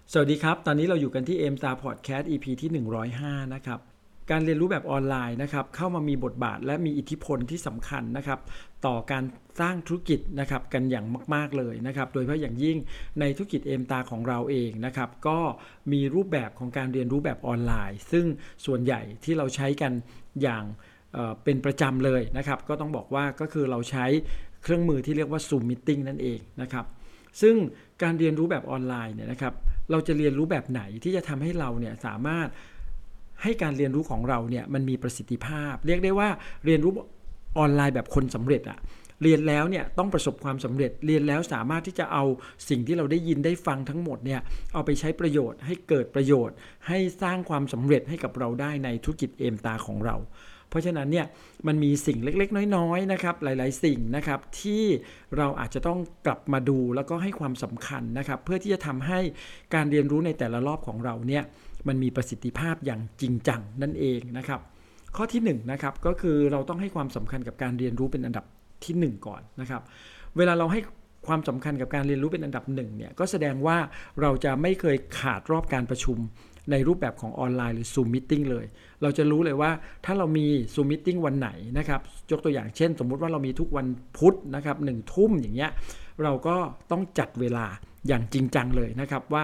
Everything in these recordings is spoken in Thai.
สวัสดีครับตอนนี้เราอยู่กันที่ M-Star Podcast EP ที่105นะครับการเรียนรู้แบบออนไลน์นะครับเข้ามามีบทบาทและมีอิทธิพลที่สำคัญนะครับต่อการสร้างธุรกิจนะครับกันอย่างมากๆเลยนะครับโดยเฉพาะอย่างยิ่งในธุรกิจ M-Star ของเราเองนะครับก็มีรูปแบบของการเรียนรู้แบบออนไลน์ซึ่งส่วนใหญ่ที่เราใช้กันอย่างเป็นประจำเลยนะครับก็ต้องบอกว่าก็คือเราใช้เครื่องมือที่เรียกว่า Zoom Meeting นั่นเองนะครับซึ่งการเรียนรู้แบบออนไลน์เนี่ยนะครับเราจะเรียนรู้แบบไหนที่จะทำให้เราเนี่ยสามารถให้การเรียนรู้ของเราเนี่ยมันมีประสิทธิภาพเรียกได้ว่าเรียนรู้ออนไลน์แบบคนสำเร็จอะเรียนแล้วเนี่ยต้องประสบความสำเร็จเรียนแล้วสามารถที่จะเอาสิ่งที่เราได้ยินได้ฟังทั้งหมดเนี่ยเอาไปใช้ประโยชน์ให้เกิดประโยชน์ให้สร้างความสำเร็จให้กับเราได้ในธุรกิจเอมตาของเราเพราะฉะนั้นเนี่ยมันมีสิ่งเล็กๆน้อยๆนะครับหลายๆสิ่งนะครับที่เราอาจจะต้องกลับมาดูแล้วก็ให้ความสำคัญนะครับเพื่อที่จะทำให้การเรียนรู้ในแต่ละรอบของเราเนี่ยมันมีประสิทธิภาพอย่างจริงจังนั่นเองนะครับข้อที่1นะครับก็คือเราต้องให้ความสำคัญกับการเรียนรู้เป็นอันดับที่1ก่อนนะครับเวลาเราให้ความสำคัญกับการเรียนรู้เป็นอันดับ1เนี่ยก็แสดงว่าเราจะไม่เคยขาดรอบการประชุมในรูปแบบของออนไลน์หรือ Zoom Meeting เลยเราจะรู้เลยว่าถ้าเรามี Zoom Meeting วันไหนนะครับยกตัวอย่างเช่นสมมุติว่าเรามีทุกวันพุธนะครับ1 ทุ่มอย่างเงี้ยเราก็ต้องจัดเวลาอย่างจริงจังเลยนะครับว่า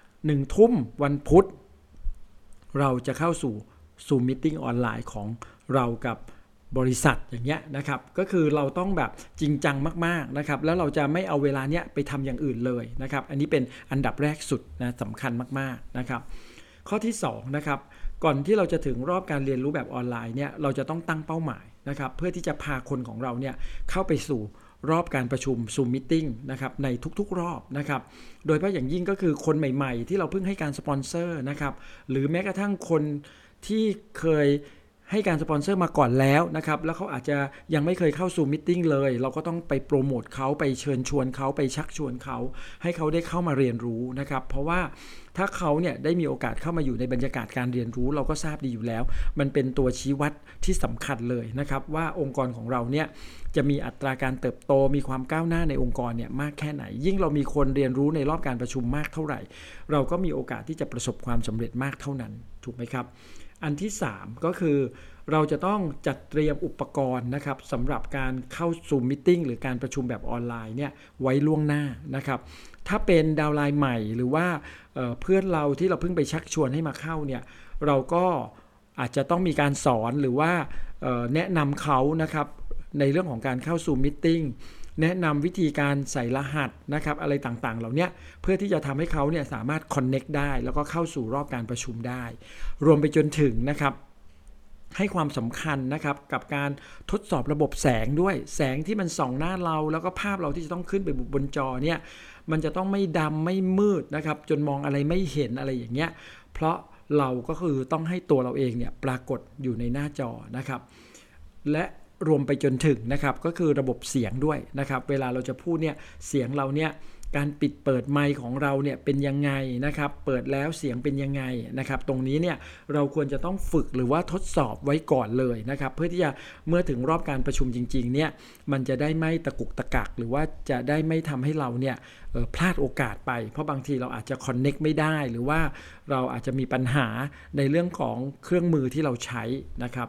1 ทุ่มวันพุธเราจะเข้าสู่ Zoom Meeting ออนไลน์ของเรากับบริษัทอย่างเงี้ยนะครับก็คือเราต้องแบบจริงจังมากๆนะครับแล้วเราจะไม่เอาเวลาเนี้ยไปทำอย่างอื่นเลยนะครับอันนี้เป็นอันดับแรกสุดนะสำคัญมากๆนะครับข้อที่2นะครับก่อนที่เราจะถึงรอบการเรียนรู้แบบออนไลน์เนี่ยเราจะต้องตั้งเป้าหมายนะครับเพื่อที่จะพาคนของเราเนี่ยเข้าไปสู่รอบการประชุม Zoom Meeting นะครับในทุกๆรอบนะครับโดยเฉพาะอย่างยิ่งก็คือคนใหม่ๆที่เราเพิ่งให้การสปอนเซอร์นะครับหรือแม้กระทั่งคนที่เคยให้การสปอนเซอร์มาก่อนแล้วนะครับแล้วเขาอาจจะยังไม่เคยเข้าZoom Meetingเลยเราก็ต้องไปโปรโมทเขาไปเชิญชวนเขาไปชักชวนเขาให้เขาได้เข้ามาเรียนรู้นะครับเพราะว่าถ้าเขาเนี่ยได้มีโอกาสเข้ามาอยู่ในบรรยากาศการเรียนรู้เราก็ทราบดีอยู่แล้วมันเป็นตัวชี้วัดที่สำคัญเลยนะครับว่าองค์กรของเราเนี่ยจะมีอัตราการเติบโตมีความก้าวหน้าในองค์กรเนี่ยมากแค่ไหนยิ่งเรามีคนเรียนรู้ในรอบการประชุมมากเท่าไหร่เราก็มีโอกาสที่จะประสบความสำเร็จมากเท่านั้นถูกไหมครับอันที่3ก็คือเราจะต้องจัดเตรียมอุปกรณ์นะครับสำหรับการเข้า Zoom Meeting หรือการประชุมแบบออนไลน์เนี่ยไว้ล่วงหน้านะครับถ้าเป็นดาวน์ไลน์ใหม่หรือว่าเพื่อนเราที่เราเพิ่งไปชักชวนให้มาเข้าเนี่ยเราก็อาจจะต้องมีการสอนหรือว่าแนะนำเขานะครับในเรื่องของการเข้า Zoom Meetingแนะนำวิธีการใส่รหัสนะครับอะไรต่างๆเหล่านี้เพื่อที่จะทำให้เขาเนี่ยสามารถ connect ได้แล้วก็เข้าสู่รอบการประชุมได้รวมไปจนถึงนะครับให้ความสำคัญนะครับกับการทดสอบระบบแสงด้วยแสงที่มันส่องหน้าเราแล้วก็ภาพเราที่จะต้องขึ้นไปบนจอเนี่ยมันจะต้องไม่ดำไม่มืดนะครับจนมองอะไรไม่เห็นอะไรอย่างเงี้ยเพราะเราก็คือต้องให้ตัวเราเองเนี่ยปรากฏอยู่ในหน้าจอนะครับและรวมไปจนถึงนะครับก็คือระบบเสียงด้วยนะครับเวลาเราจะพูดเนี่ยเสียงเราเนี่ยการปิดเปิดไมค์ของเราเนี่ยเป็นยังไงนะครับเปิดแล้วเสียงเป็นยังไงนะครับตรงนี้เนี่ยเราควรจะต้องฝึกหรือว่าทดสอบไว้ก่อนเลยนะครับเพื่อที่จะเมื่อถึงรอบการประชุมจริงๆเนี่ยมันจะได้ไม่ตะกุกตะกักหรือว่าจะได้ไม่ทำให้เราเนี่ยพลาดโอกาสไปเพราะบางทีเราอาจจะคอนเน็กไม่ได้หรือว่าเราอาจจะมีปัญหาในเรื่องของเครื่องมือที่เราใช้นะครับ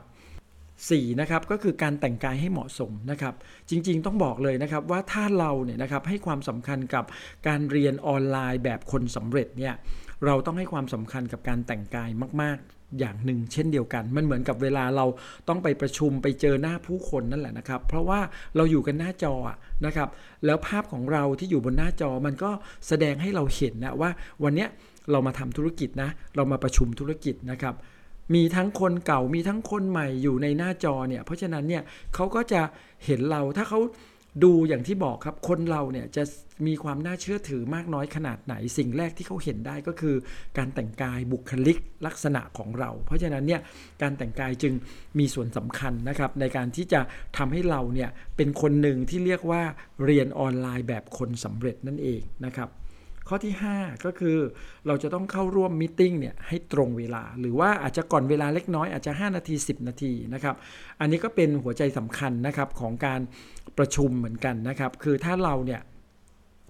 4นะครับก็คือการแต่งกายให้เหมาะสมนะครับจริงๆต้องบอกเลยนะครับว่าถ้าเราเนี่ยนะครับให้ความสำคัญกับการเรียนออนไลน์แบบคนสำเร็จเนี่ยเราต้องให้ความสำคัญกับการแต่งกายมากๆอย่างหนึ่งเช่นเดียวกันมันเหมือนกับเวลาเราต้องไปประชุมไปเจอหน้าผู้คนนั่นแหละนะครับเพราะว่าเราอยู่กันหน้าจอนะครับแล้วภาพของเราที่อยู่บนหน้าจอมันก็แสดงให้เราเห็นนะว่าวันนี้เรามาทำธุรกิจนะเรามาประชุมธุรกิจนะครับมีทั้งคนเก่ามีทั้งคนใหม่อยู่ในหน้าจอเนี่ยเพราะฉะนั้นเนี่ยเขาก็จะเห็นเราถ้าเขาดูอย่างที่บอกครับคนเราเนี่ยจะมีความน่าเชื่อถือมากน้อยขนาดไหนสิ่งแรกที่เขาเห็นได้ก็คือการแต่งกายบุคลิกลักษณะของเราเพราะฉะนั้นเนี่ยการแต่งกายจึงมีส่วนสำคัญนะครับในการที่จะทำให้เราเนี่ยเป็นคนหนึ่งที่เรียกว่าเรียนออนไลน์แบบคนสำเร็จนั่นเองนะครับข้อที่5ก็คือเราจะต้องเข้าร่วมมีตติ้งเนี่ยให้ตรงเวลาหรือว่าอาจจะก่อนเวลาเล็กน้อยอาจจะ5นาที10นาทีนะครับอันนี้ก็เป็นหัวใจสำคัญนะครับของการประชุมเหมือนกันนะครับคือถ้าเราเนี่ย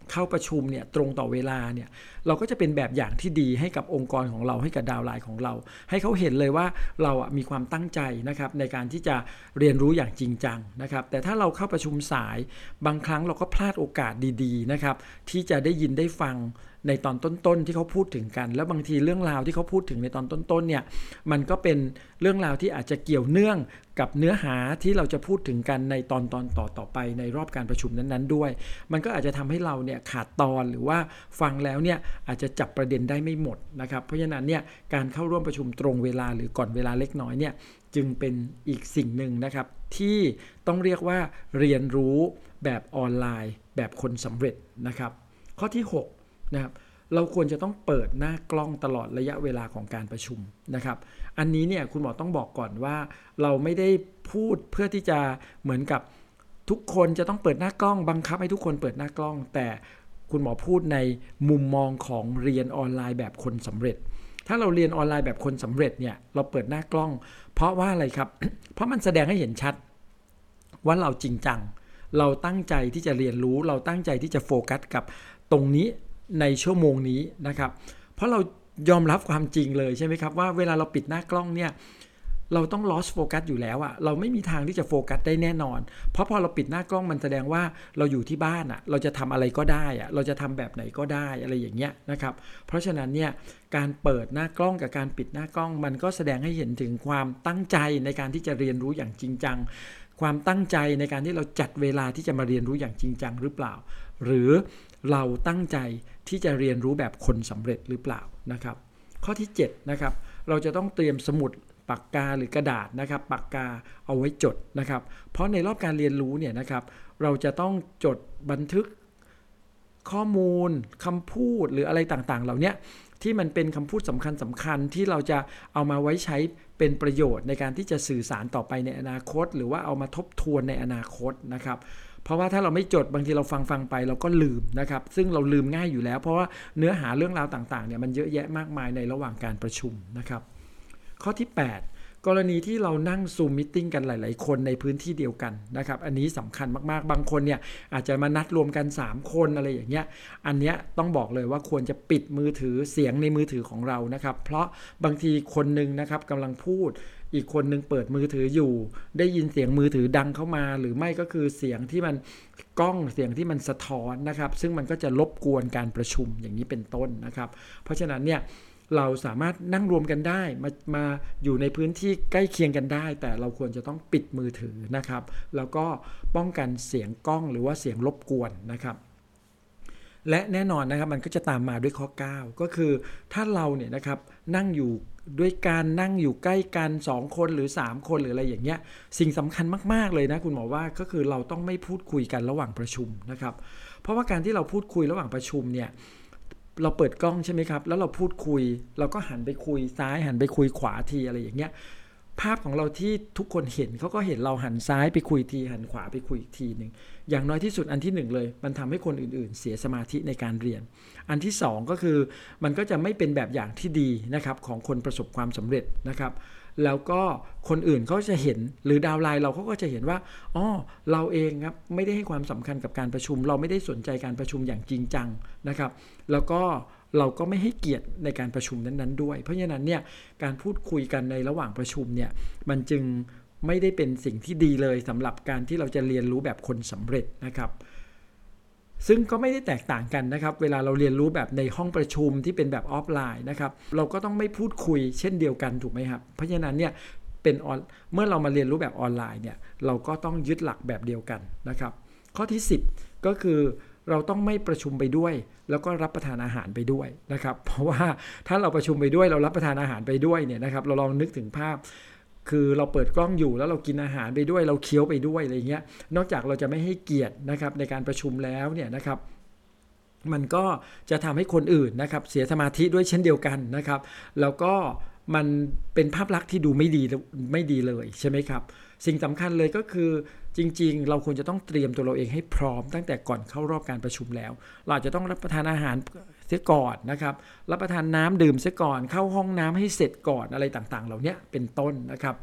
เข้าประชุมเนี่ยตรงต่อเวลาเนี่ยเราก็จะเป็นแบบอย่างที่ดีให้กับองค์กรของเราให้กับดาวไลน์ของเราให้เขาเห็นเลยว่าเรามีความตั้งใจนะครับในการที่จะเรียนรู้อย่างจริงจังนะครับแต่ถ้าเราเข้าประชุมสายบางครั้งเราก็พลาดโอกาสดีๆนะครับที่จะได้ยินได้ฟังในตอนต้นๆที่เขาพูดถึงกันแล้วบางทีเรื่องราวที่เขาพูดถึงในตอนต้นๆเนี่ยมันก็เป็นเรื่องราวที่อาจจะเกี่ยวเนื่องกับเนื้อหาที่เราจะพูดถึงกันในตอนต่อไปในรอบการประชุมนั้นๆด้วยมันก็อาจจะทำให้เราเนี่ยขาดตอนหรือว่าฟังแล้วเนี่ยอาจจะจับประเด็นได้ไม่หมดนะครับเพราะฉะนั้นเนี่ยการเข้าร่วมประชุมตรงเวลาหรือก่อนเวลาเล็กน้อยเนี่ยจึงเป็นอีกสิ่งหนึ่งนะครับที่ต้องเรียกว่าเรียนรู้แบบออนไลน์แบบคนสำเร็จนะครับข้อที่6นะครับเราควรจะต้องเปิดหน้ากล้องตลอดระยะเวลาของการประชุมนะครับอันนี้เนี่ยคุณหมอต้องบอกก่อนว่าเราไม่ได้พูดเพื่อที่จะเหมือนกับทุกคนจะต้องเปิดหน้ากล้องบังคับให้ทุกคนเปิดหน้ากล้องแต่คุณหมอพูดในมุมมองของเรียนออนไลน์แบบคนสำเร็จถ้าเราเรียนออนไลน์แบบคนสำเร็จเนี่ยเราเปิดหน้ากล้องเพราะว่าอะไรครับ เพราะมันแสดงให้เห็นชัดว่าเราจริงจังเราตั้งใจที่จะเรียนรู้เราตั้งใจที่จะโฟกัสกับตรงนี้ในชั่วโมงนี้นะครับเพราะเรายอมรับความจริงเลยใช่ไหมครับว่าเวลาเราปิดหน้ากล้องเนี่ยเราต้อง lost focus อยู่แล้วอะเราไม่มีทางที่จะโฟกัสได้แน่นอนเพราะพอเราปิดหน้ากล้องมันแสดงว่าเราอยู่ที่บ้านอะเราจะทำอะไรก็ได้อะเราจะทำแบบไหนก็ได้อะไรอย่างเงี้ยนะครับเพราะฉะนั้นเนี่ยการเปิดหน้ากล้องกับการปิดหน้ากล้องมันก็แสดงให้เห็นถึงความตั้งใจในการที่จะเรียนรู้อย่างจริงจังความตั้งใจในการที่เราจัดเวลาที่จะมาเรียนรู้อย่างจริงจังหรือเปล่าหรือเราตั้งใจที่จะเรียนรู้แบบคนสำเร็จหรือเปล่านะครับข้อที่7นะครับเราจะต้องเตรียมสมุดปากกาหรือกระดาษนะครับปากกาเอาไว้จดนะครับเพราะในรอบการเรียนรู้เนี่ยนะครับเราจะต้องจดบันทึกข้อมูลคำพูดหรืออะไรต่างๆเหล่านี้ที่มันเป็นคำพูดสำคัญที่เราจะเอามาไว้ใช้เป็นประโยชน์ในการที่จะสื่อสารต่อไปในอนาคตหรือว่าเอามาทบทวนในอนาคตนะครับเพราะว่าถ้าเราไม่จดบางทีเราฟังไปเราก็ลืมนะครับซึ่งเราลืมง่ายอยู่แล้วเพราะว่าเนื้อหาเรื่องราวต่างๆเนี่ยมันเยอะแยะมากมายในระหว่างการประชุมนะครับข้อที่8กรณีที่เรานั่งซูมมิทติ้งกันหลายๆคนในพื้นที่เดียวกันนะครับอันนี้สำคัญมากๆบางคนเนี่ยอาจจะมานัดรวมกัน3คนอะไรอย่างเงี้ยอันเนี้ยต้องบอกเลยว่าควรจะปิดมือถือเสียงในมือถือของเรานะครับเพราะบางทีคนนึงนะครับกำลังพูดอีกคนนึงเปิดมือถืออยู่ได้ยินเสียงมือถือดังเข้ามาหรือไม่ก็คือเสียงที่มันกล้องเสียงที่มันสะท้อนนะครับซึ่งมันก็จะรบกวนการประชุมอย่างนี้เป็นต้นนะครับเพราะฉะนั้นเนี่ยเราสามารถนั่งรวมกันได้มาอยู่ในพื้นที่ใกล้เคียงกันได้แต่เราควรจะต้องปิดมือถือนะครับแล้วก็ป้องกันเสียงกล้องหรือว่าเสียงรบกวนนะครับและแน่นอนนะครับมันก็จะตามมาด้วยข้อ9ก็คือถ้าเราเนี่ยนะครับนั่งอยู่ด้วยการนั่งอยู่ใกล้กัน2คนหรือ3คนหรืออะไรอย่างเงี้ยสิ่งสำคัญมากๆเลยนะคุณหมอว่าก็คือเราต้องไม่พูดคุยกันระหว่างประชุมนะครับเพราะว่าการที่เราพูดคุยระหว่างประชุมเนี่ยเราเปิดกล้องใช่ไหมครับแล้วเราพูดคุยเราก็หันไปคุยซ้ายหันไปคุยขวาทีอะไรอย่างเงี้ยภาพของเราที่ทุกคนเห็นเขาก็เห็นเราหันซ้ายไปคุยทีหันขวาไปคุยอีกทีนึงอย่างน้อยที่สุดอันที่1เลยมันทำให้คนอื่นๆเสียสมาธิในการเรียนอันที่2ก็คือมันก็จะไม่เป็นแบบอย่างที่ดีนะครับของคนประสบความสำเร็จนะครับแล้วก็คนอื่นเขาจะเห็นหรือดาวไลน์เราเขาก็จะเห็นว่าอ๋อเราเองครับไม่ได้ให้ความสำคัญกับการประชุมเราไม่ได้สนใจการประชุมอย่างจริงจังนะครับแล้วก็เราก็ไม่ให้เกียรติในการประชุมนั้นๆด้วยเพราะฉะนั้นเนี่ยการพูดคุยกันในระหว่างประชุมเนี่ยมันจึงไม่ได้เป็นสิ่งที่ดีเลยสำหรับการที่เราจะเรียนรู้แบบคนสำเร็จนะครับซึ่งก็ไม่ได้แตกต่างกันนะครับเวลาเราเรียนรู้แบบในห้องประชุมที่เป็นแบบออฟไลน์นะครับเราก็ต้องไม่พูดคุยเช่นเดียวกันถูกไหมครับเพราะฉะนั้นเนี่ยเมื่อเรามาเรียนรู้แบบออนไลน์เนี่ยเราก็ต้องยึดหลักแบบเดียวกันนะครับข้อที่10ก็คือเราต้องไม่ประชุมไปด้วยแล้วก็รับประทานอาหารไปด้วยนะครับเพราะว่าถ้าเราประชุมไปด้วยเรารับประทานอาหารไปด้วยเนี่ยนะครับเราลองนึกถึงภาพคือเราเปิดกล้องอยู่แล้วเรากินอาหารไปด้วยเราเคี้ยวไปด้วยอะไรเงี้ยนอกจากเราจะไม่ให้เกียรตินะครับในการประชุมแล้วเนี่ยนะครับมันก็จะทำให้คนอื่นนะครับเสียสมาธิด้วยเช่นเดียวกันนะครับแล้วก็มันเป็นภาพลักษณ์ที่ดูไม่ดีเลยใช่ไหมครับสิ่งสำคัญเลยก็คือจริงๆเราควรจะต้องเตรียมตัวเราเองให้พร้อมตั้งแต่ก่อนเข้ารอบการประชุมแล้วเราอาจจะต้องรับประทานอาหารเสียก่อนนะครับรับประทานน้ำดื่มเสียก่อนเข้าห้องน้ำให้เสร็จก่อนอะไรต่างๆเหล่านี้เป็นต้นนะครับ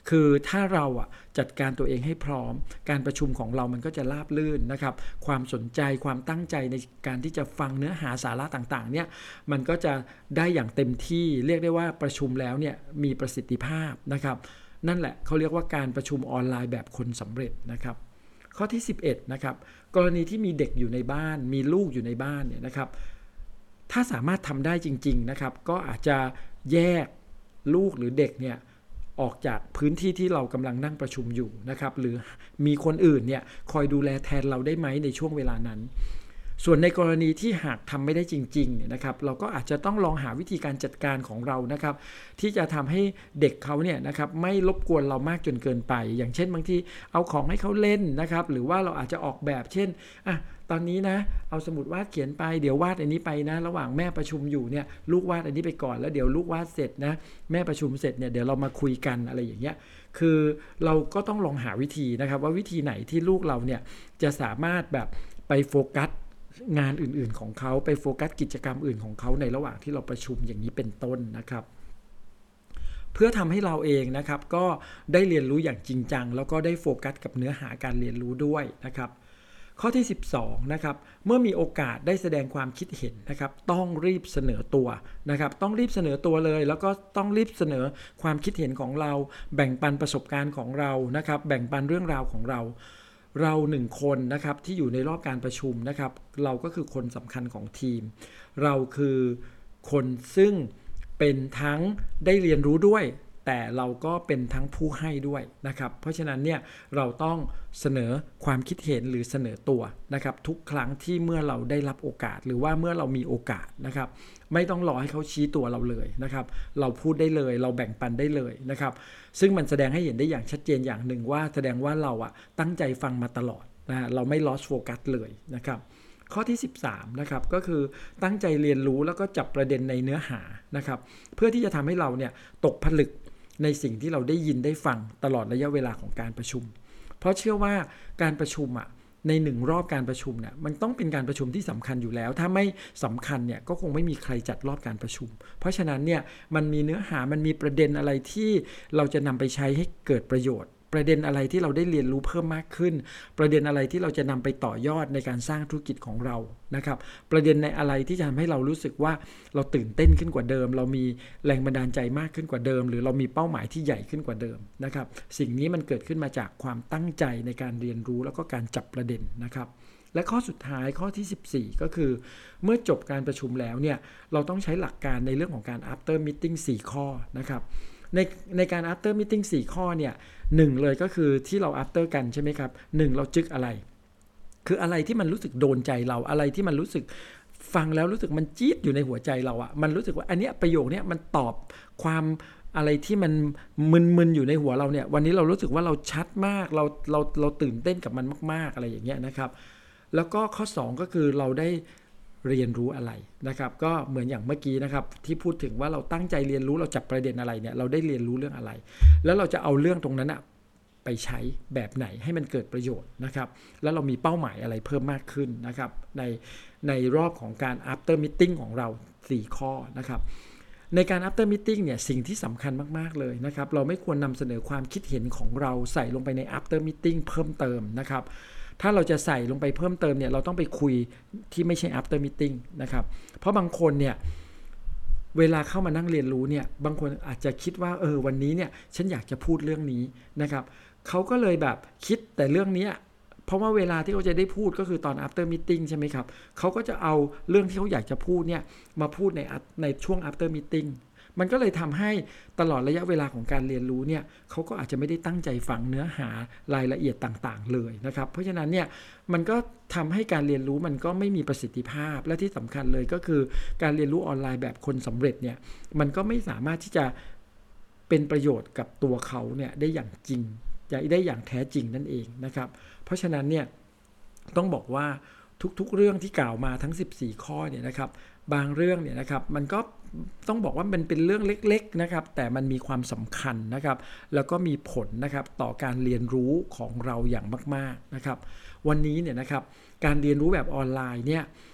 คือถ้าเราจัดการตัวเองให้พร้อมการประชุมของเรามันก็จะราบรื่นนะครับความสนใจความตั้งใจในการที่จะฟังเนื้อหาสาระต่างๆเนี่ยมันก็จะได้อย่างเต็มที่เรียกได้ว่าประชุมแล้วเนี่ยมีประสิทธิภาพนะครับนั่นแหละเขาเรียกว่าการประชุมออนไลน์แบบคนสำเร็จนะครับข้อที่11นะครับกรณีที่มีเด็กอยู่ในบ้านมีลูกอยู่ในบ้านเนี่ยนะครับถ้าสามารถทำได้จริงๆนะครับก็อาจจะแยกลูกหรือเด็กเนี่ยออกจากพื้นที่ที่เรากำลังนั่งประชุมอยู่นะครับหรือมีคนอื่นเนี่ยคอยดูแลแทนเราได้ไหมในช่วงเวลานั้นส่วนในกรณีที่หากทำไม่ได้จริงๆเนี่ยนะครับเราก็อาจจะต้องลองหาวิธีการจัดการของเรานะครับที่จะทำให้เด็กเขาเนี่ยนะครับไม่รบกวนเรามากจนเกินไปอย่างเช่นบางทีเอาของให้เขาเล่นนะครับหรือว่าเราอาจจะออกแบบเช่นตอนนี้นะเอาสมุดวาดเขียนไปเดี๋ยววาดอันนี้ไปนะระหว่างแม่ประชุมอยู่เนี่ยลูกวาดอันนี้ไปก่อนแล้วเดี๋ยวลูกวาดเสร็จนะแม่ประชุมเสร็จเนี่ยเดี๋ยวเรามาคุยกันอะไรอย่างเงี้ยคือเราก็ต้องลองหาวิธีนะครับว่าวิธีไหนที่ลูกเราเนี่ยจะสามารถแบบไปโฟกัสงานอื่นๆของเขาไปโฟกัสกิจกรรมอื่นของเขาในระหว่างที่เราประชุมอย่างนี้เป็นต้นนะครับเพื่อทำให้เราเองนะครับก็ได้เรียนรู้อย่างจริงจังแล้วก็ได้โฟกัสกับเนื้อหาการเรียนรู้ด้วยนะครับข้อที่12นะครับเมื่อมีโอกาสได้แสดงความคิดเห็นนะครับต้องรีบเสนอตัวนะครับต้องรีบเสนอตัวเลยแล้วก็ต้องรีบเสนอความคิดเห็นของเราแบ่งปันประสบการณ์ของเรานะครับแบ่งปันเรื่องราวของเรา1คนนะครับที่อยู่ในรอบการประชุมนะครับเราก็คือคนสำคัญของทีมเราคือคนซึ่งเป็นทั้งได้เรียนรู้ด้วยแต่เราก็เป็นทั้งผู้ให้ด้วยนะครับเพราะฉะนั้นเนี่ยเราต้องเสนอความคิดเห็นหรือเสนอตัวนะครับทุกครั้งที่เมื่อเราได้รับโอกาสหรือว่าเมื่อเรามีโอกาสนะครับไม่ต้องรอให้เขาชี้ตัวเราเลยนะครับเราพูดได้เลยเราแบ่งปันได้เลยนะครับซึ่งมันแสดงให้เห็นได้อย่างชัดเจนอย่างหนึ่งว่าแสดงว่าเราตั้งใจฟังมาตลอดนะเราไม่ lost focus เลยนะครับข้อที่13นะครับก็คือตั้งใจเรียนรู้แล้วก็จับประเด็นในเนื้อหานะครับเพื่อที่จะทำให้เราเนี่ยตกผลึกในสิ่งที่เราได้ยินได้ฟังตลอดระยะเวลาของการประชุมเพราะเชื่อว่าการประชุมใน1รอบการประชุมเนี่ยมันต้องเป็นการประชุมที่สำคัญอยู่แล้วถ้าไม่สำคัญเนี่ยก็คงไม่มีใครจัดรอบการประชุมเพราะฉะนั้นเนี่ยมันมีเนื้อหามันมีประเด็นอะไรที่เราจะนำไปใช้ให้เกิดประโยชน์ประเด็นอะไรที่เราได้เรียนรู้เพิ่มมากขึ้นประเด็นอะไรที่เราจะนำไปต่อยอดในการสร้างธุรกิจของเรานะครับประเด็นในอะไรที่จะทำให้เรารู้สึกว่าเราตื่นเต้นขึ้นกว่าเดิมเรามีแรงบันดาลใจมากขึ้นกว่าเดิมหรือเรามีเป้าหมายที่ใหญ่ขึ้นกว่าเดิมนะครับสิ่งนี้มันเกิดขึ้นมาจากความตั้งใจในการเรียนรู้แล้วก็การจับประเด็นนะครับและข้อสุดท้ายข้อที่14ก็คือเมื่อจบการประชุมแล้วเนี่ยเราต้องใช้หลักการในเรื่องของการ after meeting 4 ข้อนะครับในการ after meeting 4 ข้อเนี่ย1เลยก็คือที่เรา after กันใช่ไหมครับ1เราจึกอะไรคืออะไรที่มันรู้สึกโดนใจเราอะไรที่มันรู้สึกฟังแล้วรู้สึกมันจี๊ดอยู่ในหัวใจเรามันรู้สึกว่าอันเนี้ยประโยคเนี้ยมันตอบความอะไรที่มันมึนๆอยู่ในหัวเราเนี่ยวันนี้เรารู้สึกว่าเราชัดมากเราตื่นเต้นกับมันมากๆอะไรอย่างเงี้ยนะครับแล้วก็ข้อ2ก็คือเราได้เรียนรู้อะไรนะครับก็เหมือนอย่างเมื่อกี้นะครับที่พูดถึงว่าเราตั้งใจเรียนรู้เราจับประเด็นอะไรเนี่ยเราได้เรียนรู้เรื่องอะไรแล้วเราจะเอาเรื่องตรงนั้นไปใช้แบบไหนให้มันเกิดประโยชน์นะครับแล้วเรามีเป้าหมายอะไรเพิ่มมากขึ้นนะครับในรอบของการ after meeting ของเรา4ข้อนะครับในการ after meeting เนี่ยสิ่งที่สำคัญมากๆเลยนะครับเราไม่ควรนำเสนอความคิดเห็นของเราใส่ลงไปใน after meeting เพิ่มเติมนะครับถ้าเราจะใส่ลงไปเพิ่มเติมเนี่ยเราต้องไปคุยที่ไม่ใช่ after meeting นะครับเพราะบางคนเนี่ยเวลาเข้ามานั่งเรียนรู้เนี่ยบางคนอาจจะคิดว่าวันนี้เนี่ยฉันอยากจะพูดเรื่องนี้นะครับเขาก็เลยแบบคิดแต่เรื่องนี้เพราะว่าเวลาที่เขาจะได้พูดก็คือตอน after meeting ใช่ไหมครับเขาก็จะเอาเรื่องที่เขาอยากจะพูดเนี่ยมาพูดในช่วง after meeting มันก็เลยทำให้ตลอดระยะเวลาของการเรียนรู้เนี่ยเขาก็อาจจะไม่ได้ตั้งใจฟังเนื้อหารายละเอียดต่างๆเลยนะครับเพราะฉะนั้นเนี่ยมันก็ทำให้การเรียนรู้มันก็ไม่มีประสิทธิภาพและที่สำคัญเลยก็คือการเรียนรู้ออนไลน์แบบคนสำเร็จเนี่ยมันก็ไม่สามารถที่จะเป็นประโยชน์กับตัวเขาเนี่ยได้อย่างจริงได้อย่างแท้จริงนั่นเองนะครับเพราะฉะนั้นเนี่ยต้องบอกว่าทุกๆเรื่องที่กล่าวมาทั้ง14ข้อเนี่ยนะครับบางเรื่องเนี่ยนะครับมันก็ต้องบอกว่ามันเป็นเรื่องเล็กๆนะครับแต่มันมีความสำคัญนะครับแล้วก็มีผลนะครับต่อการเรียนรู้ของเราอย่างมากๆนะครับวันนี้เนี่ยนะครับการเรียนรู้แบบออนไลน์เนี่ย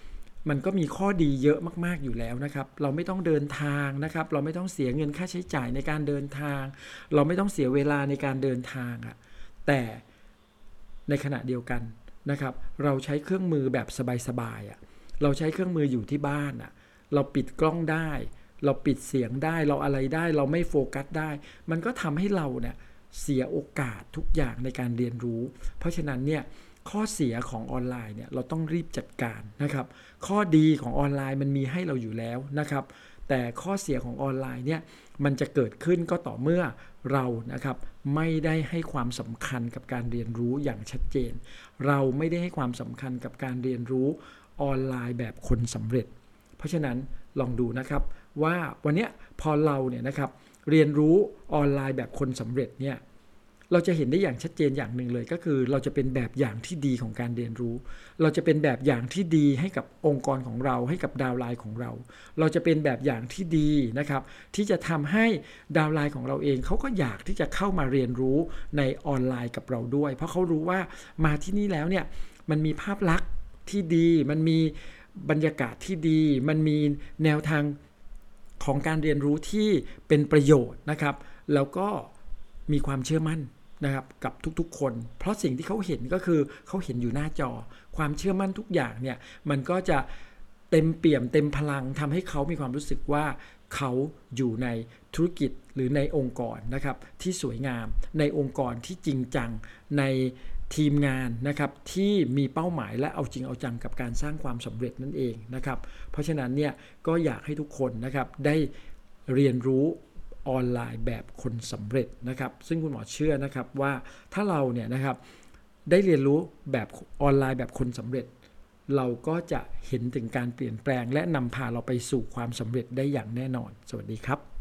มันก็มีข้อดีเยอะมากๆอยู่แล้วนะครับเราไม่ต้องเดินทางนะครับเราไม่ต้องเสียเงินค่าใช้จ่ายในการเดินทางเราไม่ต้องเสียเวลาในการเดินทางแต่ในขณะเดียวกันนะครับเราใช้เครื่องมือแบบสบายๆเราใช้เครื่องมืออยู่ที่บ้านเราปิดกล้องได้เราปิดเสียงได้เราอะไรได้เราไม่โฟกัสได้มันก็ทำให้เราเนี่ยเสียโอกาสทุกอย่างในการเรียนรู้เพราะฉะนั้นเนี่ยข้อเสียของออนไลน์เนี่ยเราต้องรีบจัดการนะครับข้อดีของออนไลน์มันมีให้เราอยู่แล้วนะครับแต่ข้อเสียของออนไลน์เนี่ยมันจะเกิดขึ้นก็ต่อเมื่อเรานะครับไม่ได้ให้ความสำคัญกับการเรียนรู้อย่างชัดเจนเราไม่ได้ให้ความสำคัญกับการเรียนรู้ออนไลน์แบบคนสำเร็จเพราะฉะนั้นลองดูนะครับว่าวันนี้พอเราเนี่ยนะครับเรียนรู้ออนไลน์แบบคนสำเร็จเนี่ยเราจะเห็นได้อย่างชัดเจนอย่างหนึ่งเลยก็คือเราจะเป็นแบบอย่างที่ดีของการเรียนรู้เราจะเป็นแบบอย่างที่ดีให้กับองค์กรของเราให้กับดาวน์ไลน์ของเราเราจะเป็นแบบอย่างที่ดีนะครับที่จะทำให้ดาวน์ไลน์ของเราเองเขาก็อยากที่จะเข้ามาเรียนรู้ในออนไลน์กับเราด้วยเพราะเขารู้ว่ามาที่นี่แล้วเนี่ยมันมีภาพลักษณ์ที่ดีมันมีบรรยากาศที่ดีมันมีแนวทางของการเรียนรู้ที่เป็นประโยชน์นะครับแล้วก็มีความเชื่อมั่นนะครับกับทุกๆคนเพราะสิ่งที่เขาเห็นก็คือเขาเห็นอยู่หน้าจอความเชื่อมั่นทุกอย่างเนี่ยมันก็จะเต็มเปี่ยมเต็มพลังทำให้เขามีความรู้สึกว่าเขาอยู่ในธุรกิจหรือในองค์กรนะครับที่สวยงามในองค์กรที่จริงจังในทีมงานนะครับที่มีเป้าหมายและเอาจริงเอาจังกับการสร้างความสำเร็จนั่นเองนะครับเพราะฉะนั้นเนี่ยก็อยากให้ทุกคนนะครับได้เรียนรู้ออนไลน์แบบคนสำเร็จนะครับซึ่งคุณหมอเชื่อนะครับว่าถ้าเราเนี่ยนะครับได้เรียนรู้แบบออนไลน์แบบคนสำเร็จเราก็จะเห็นถึงการเปลี่ยนแปลงและนำพาเราไปสู่ความสำเร็จได้อย่างแน่นอนสวัสดีครับ